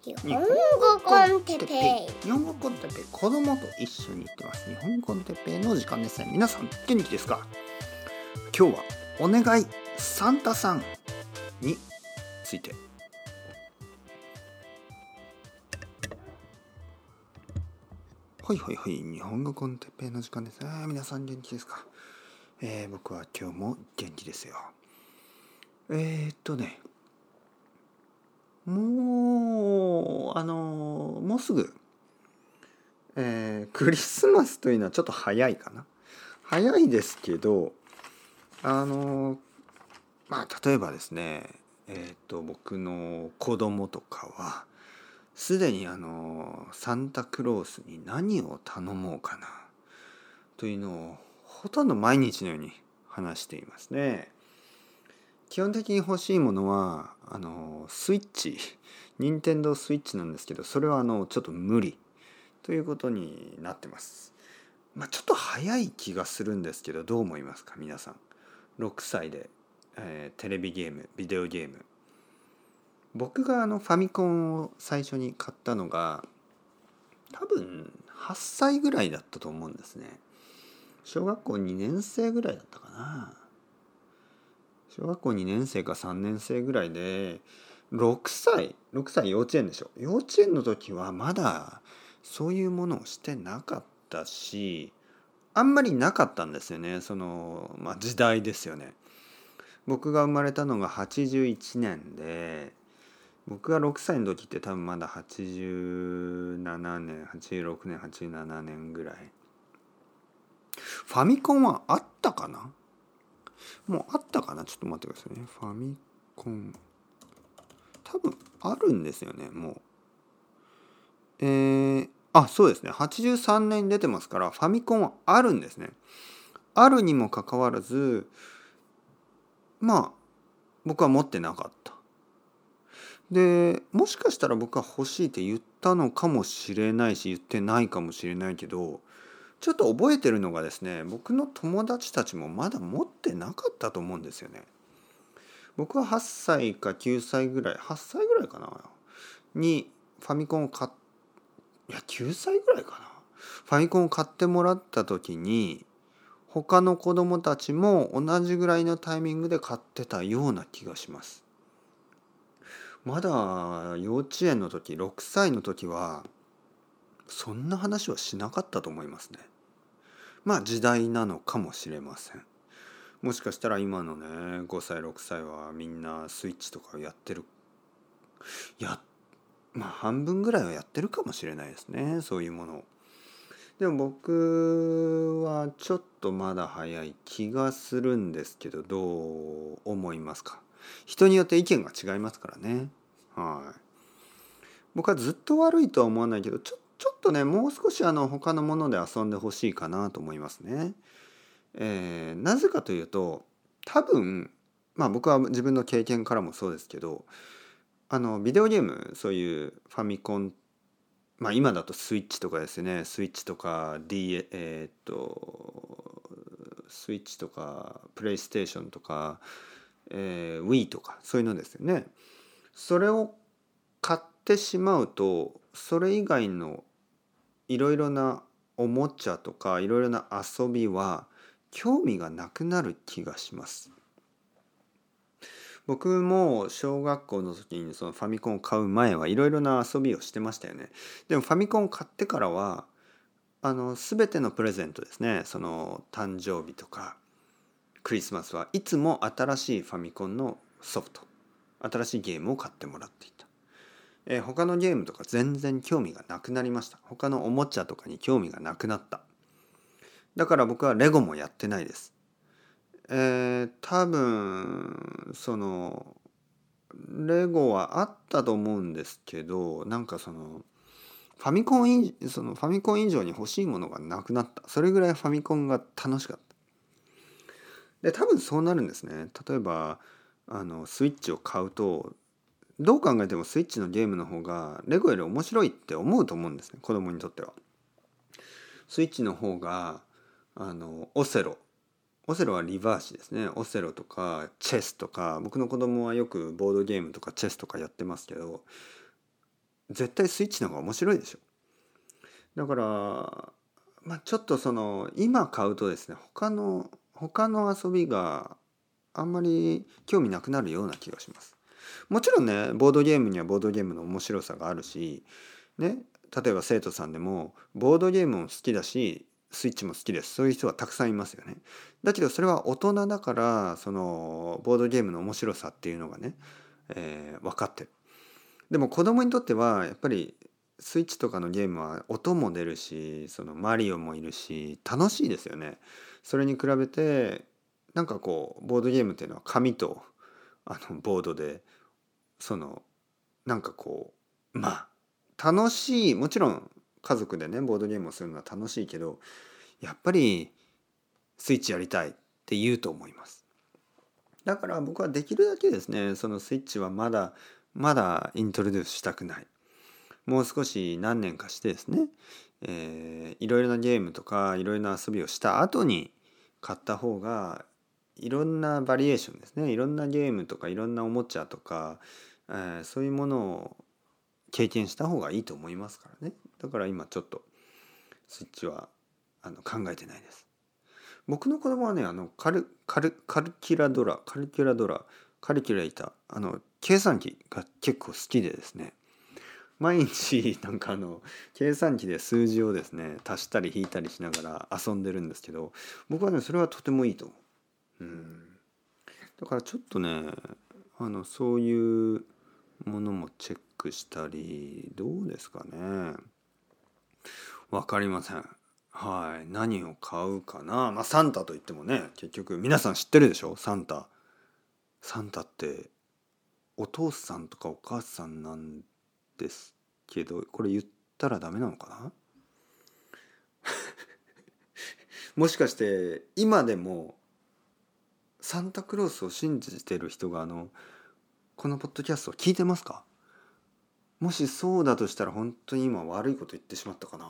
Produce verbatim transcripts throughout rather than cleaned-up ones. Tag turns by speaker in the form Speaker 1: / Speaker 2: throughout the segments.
Speaker 1: 日本語コンテッペイ。
Speaker 2: 日本語コンテッペイ、子供と一緒に行ってます。日本語コンテッペイの時間ですね。皆さん元気ですか？今日はお願いサンタさんについて。はいはいはい、日本語コンテッペイの時間ですね。皆さん元気ですか？えー、僕は今日も元気ですよ。えー、っとねもうあのーもうすぐ、えー、クリスマスというのはちょっと早いかな。早いですけど、あのーまあ例えばですね、えっと僕の子供とかはすでにあのーサンタクロースに何を頼もうかなというのをほとんど毎日のように話していますね。基本的に欲しいものはあのスイッチ、任天堂スイッチなんですけど、それはあのちょっと無理ということになってます。まあちょっと早い気がするんですけど、どう思いますか皆さん。ろくさいで、えー、テレビゲーム、ビデオゲーム。僕があのファミコンを最初に買ったのが多分はっさいぐらいだったと思うんですね。小学校にねん生ぐらいだったかな。小学校にねん生かさんねん生ぐらいで、ろくさいろくさい幼稚園でしょ。幼稚園の時はまだそういうものをしてなかったし、あんまりなかったんですよね。その、まあ、時代ですよね。僕が生まれたのがはちじゅういちねんで、僕がろくさいの時って多分まだはちじゅうななねんはちじゅうろくねんはちじゅうななねんぐらい。ファミコンはあったかな。もうあったかな。ちょっと待ってくださいね。ファミコン多分あるんですよね。もうえー、あそうですね、はちじゅうさんねんに出てますから、ファミコンはあるんですね。あるにもかかわらず、まあ僕は持ってなかった。でもしかしたら僕は欲しいって言ったのかもしれないし、言ってないかもしれないけど、ちょっと覚えてるのがですね、僕の友達たちもまだ持ってなかったと思うんですよね。僕ははっさいかきゅうさいぐらい、はっさいぐらいかなにファミコンを買っいやきゅうさいぐらいかな、ファミコンを買ってもらった時に、他の子供たちも同じぐらいのタイミングで買ってたような気がします。まだ幼稚園の時、ろくさいの時はそんな話はしなかったと思いますね。まあ時代なのかもしれません。もしかしたら今のねごさいろくさいはみんなスイッチとかやってる、やまあ半分ぐらいはやってるかもしれないですね、そういうものを。でも僕はちょっとまだ早い気がするんですけど、どう思いますか？人によって意見が違いますからね。はい。僕はずっと悪いとは思わないけど、ちょ、ちょっとね、もう少しあの他のもので遊んでほしいかなと思いますね。えーなぜかというと、多分、まあ僕は自分の経験からもそうですけど、あのビデオゲーム、そういうファミコン、まあ今だとスイッチとかですね、スイッチとか D えーっとスイッチとかプレイステーションとか、えー、Wii とかそういうのですよね。それを買ってしまうと、それ以外のいろいろなおもちゃとかいろいろな遊びは興味がなくなる気がします。僕も小学校の時にそのファミコンを買う前はいろいろな遊びをしてましたよね。でもファミコンを買ってからは、あの全てのプレゼントですね、その誕生日とかクリスマスはいつも新しいファミコンのソフト、新しいゲームを買ってもらっていた。えー他のゲームとか全然興味がなくなりました。他のおもちゃとかに興味がなくなった。だから僕はレゴもやってないです。えー、多分そのレゴはあったと思うんですけど、なんかそのファミコン以そのファミコン以上に欲しいものがなくなった。それぐらいファミコンが楽しかった。で多分そうなるんですね。例えばあのスイッチを買うと、どう考えてもスイッチのゲームの方がレゴより面白いって思うと思うんですね、子供にとっては。スイッチの方があのオセロオセロはリバーシですね。オセロとかチェスとか、僕の子供はよくボードゲームとかチェスとかやってますけど、 絶対スイッチの方が面白いでしょ。だからまあちょっとその今買うとですね、他の他の遊びがあんまり興味なくなるような気がします。もちろんね、ボードゲームにはボードゲームの面白さがあるしね、例えば生徒さんでもボードゲームも好きだしスイッチも好きです、そういう人はたくさんいますよね。だけどそれは大人だから、そのボードゲームの面白さっていうのがね、えー分かってる。でも子供にとってはやっぱりスイッチとかのゲームは音も出るし、そのマリオもいるし楽しいですよね。それに比べてなんかこうボードゲームっていうのは紙とあのボードで、そのなんかこうまあ楽しい、もちろん家族でねボードゲームをするのは楽しいけど、やっぱりスイッチやりたいって言うと思います。だから僕はできるだけですね、そのスイッチはまだまだイントロデュースしたくない。もう少し何年かしてですね、えー、いろいろなゲームとかいろいろな遊びをした後に買った方が、いろんなバリエーションですね、いろんなゲームとかいろんなおもちゃとか、えー、そういうものを経験した方がいいと思いますからね。だから今ちょっとスイッチはあの考えてないです。僕の子供はね、あのカルカルカルキュラドラカルキュラドラカルキュレーター、あの計算機が結構好きでですね、毎日なんかあの計算機で数字をですね足したり引いたりしながら遊んでるんですけど、僕はねそれはとてもいいと思う。うん、だからちょっとね、あのそういうものもチェックしたり、どうですかね、わかりません。はい、何を買うかな。まあサンタといってもね、結局皆さん知ってるでしょ、サンタ。サンタってお父さんとかお母さんなんですけど、これ言ったらダメなのかな。もしかして今でもサンタクロースを信じてる人があのこのポッドキャストを聞いてますか？もしそうだとしたら本当に今悪いこと言ってしまったかな。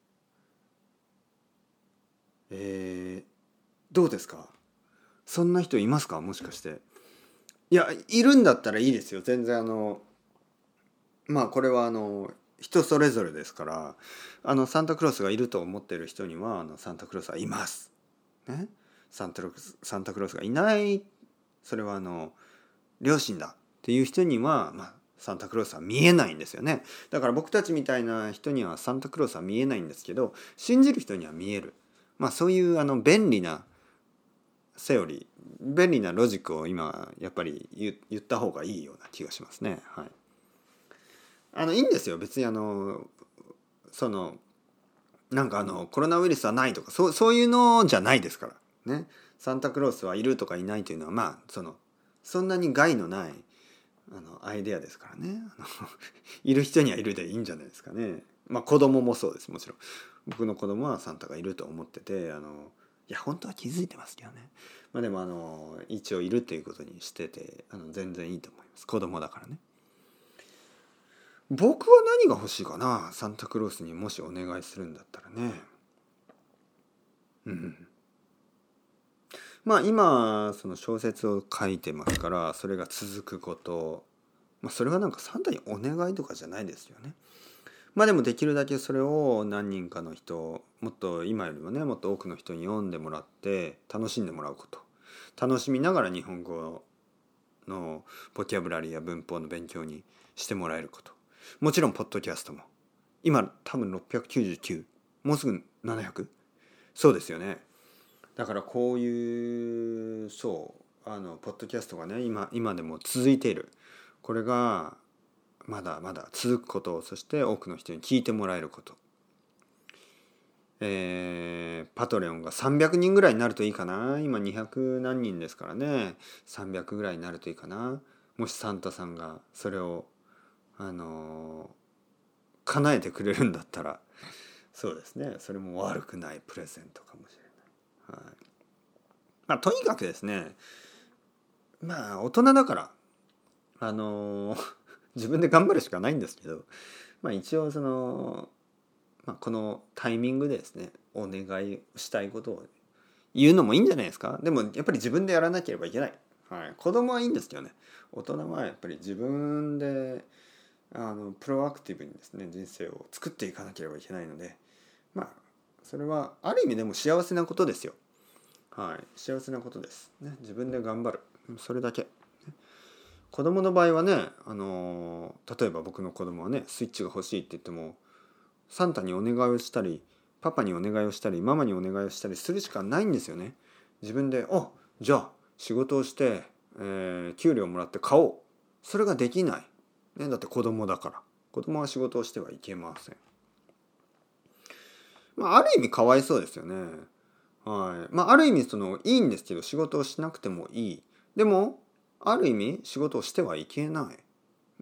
Speaker 2: えー、どうですか？そんな人いますか？もしかして。いや、いるんだったらいいですよ、全然。あのまあこれはあの人それぞれですから、あのサンタクロースがいると思ってる人にはあのサンタクロースはいます、ね、サンタクロスサンタクロースがいない、それはあの両親だっていう人には、まあ、サンタクロースは見えないんですよね。だから僕たちみたいな人にはサンタクロースは見えないんですけど、信じる人には見える。まあそういうあの便利なセオリー、便利なロジックを今やっぱり 言, 言った方がいいような気がしますね。はい。あのいいんですよ、別に。あのそのなんかあのコロナウイルスはないとか、そうそういうのじゃないですからね。サンタクロースはいるとかいないというのは、まあそのそんなに害のないあのアイデアですからね。あのいる人にはいるでいいんじゃないですかね。まあ子供もそうです、もちろん。僕の子供はサンタがいると思ってて、あのいや本当は気づいてますけどね。まあでもあの一応いるということにしてて、あの全然いいと思います。子供だからね。僕は何が欲しいかな、サンタクロースにもしお願いするんだったらね。うん。まあ今その小説を書いてますから、それが続くこと、まあそれはなんかサンタにお願いとかじゃないですよね。まあでもできるだけそれを何人かの人、もっと今よりもねもっと多くの人に読んでもらって楽しんでもらうこと、楽しみながら日本語のボキャブラリーや文法の勉強にしてもらえること、もちろんポッドキャストも今多分ろっぴゃくきゅうじゅうきゅう、もうすぐななひゃく、そうですよね。だからこういうそうあのポッドキャストがね今今でも続いている、これがまだまだ続くこと、そして多くの人に聞いてもらえること、えー、パトレオンがさんびゃくにんぐらいになるといいかな。今にひゃく何人ですからね、さんびゃくぐらいになるといいかな。もしサンタさんがそれをあのー、叶えてくれるんだったら、そうですね、それも悪くないプレゼントかもしれない。はい。まあとにかくですね、まあ大人だからあのー、自分で頑張るしかないんですけど、まあ一応その、まあ、このタイミングでですねお願いしたいことを言うのもいいんじゃないですか。でもやっぱり自分でやらなければいけない。はい、子供はいいんですけどね、大人はやっぱり自分であのプロアクティブにですね人生を作っていかなければいけないので、まあそれはある意味でも幸せなことですよ。はい、幸せなことです、ね、自分で頑張る、それだけ。子供の場合はね、あの例えば僕の子供はねスイッチが欲しいって言ってもサンタにお願いをしたりパパにお願いをしたりママにお願いをしたりするしかないんですよね。自分であじゃあ仕事をして、えー、給料もらって買おう、それができない、ね、だって子供だから。子供は仕事をしてはいけません。まあある意味かわいそうですよね。はい。まあある意味そのいいんですけど仕事をしなくてもいい。でもある意味仕事をしてはいけない。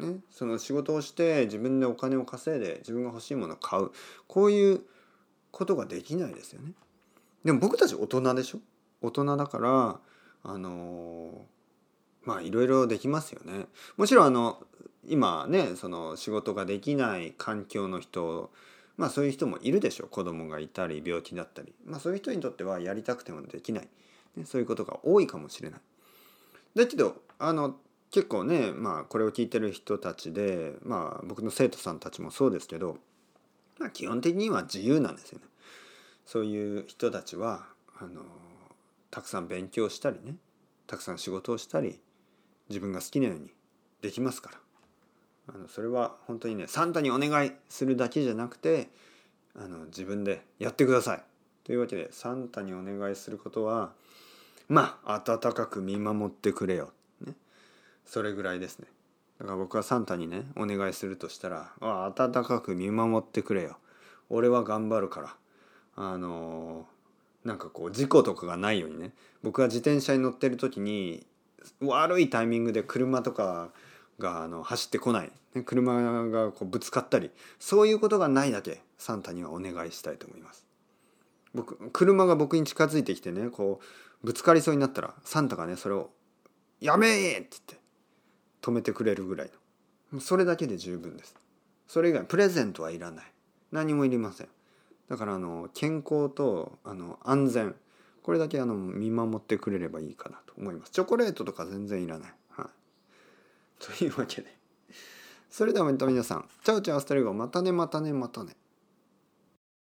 Speaker 2: ね、その仕事をして自分でお金を稼いで自分が欲しいものを買う、こういうことができないですよね。でも僕たち大人でしょ。大人だからあのーまあいろいろできますよね。もちろんあの今ねその仕事ができない環境の人、まあそういう人もいるでしょう。子供がいたり病気だったり、まあそういう人にとってはやりたくてもできない、ね、そういうことが多いかもしれない。だけどあの結構ね、まあこれを聞いてる人たちで、まあ僕の生徒さんたちもそうですけど、まあ基本的には自由なんですよね。そういう人たちはあのたくさん勉強したりね、たくさん仕事をしたり自分が好きなようにできますから、あのそれは本当にねサンタにお願いするだけじゃなくてあの自分でやってくださいというわけで、サンタにお願いすることはまあ温かく見守ってくれよ、ね、それぐらいですね。だから僕はサンタにねお願いするとしたら、あ温かく見守ってくれよ、俺は頑張るから、あのー、なんかこう事故とかがないようにね、僕は自転車に乗ってる時に悪いタイミングで車とかがあの走ってこない、ね、車がこうぶつかったり、そういうことがないだけサンタにはお願いしたいと思います。僕車が僕に近づいてきてねこうぶつかりそうになったらサンタがねそれをやめーって言って止めてくれるぐらいの、それだけで十分です。それ以外プレゼントはいらない、何もいりません。だからあの健康とあの安全、これだけあの見守ってくれればいいかなと思います。チョコレートとか全然いらない、はい、というわけでそれではまた皆さんチャオチャオスタレゴ、またねまたねまたね。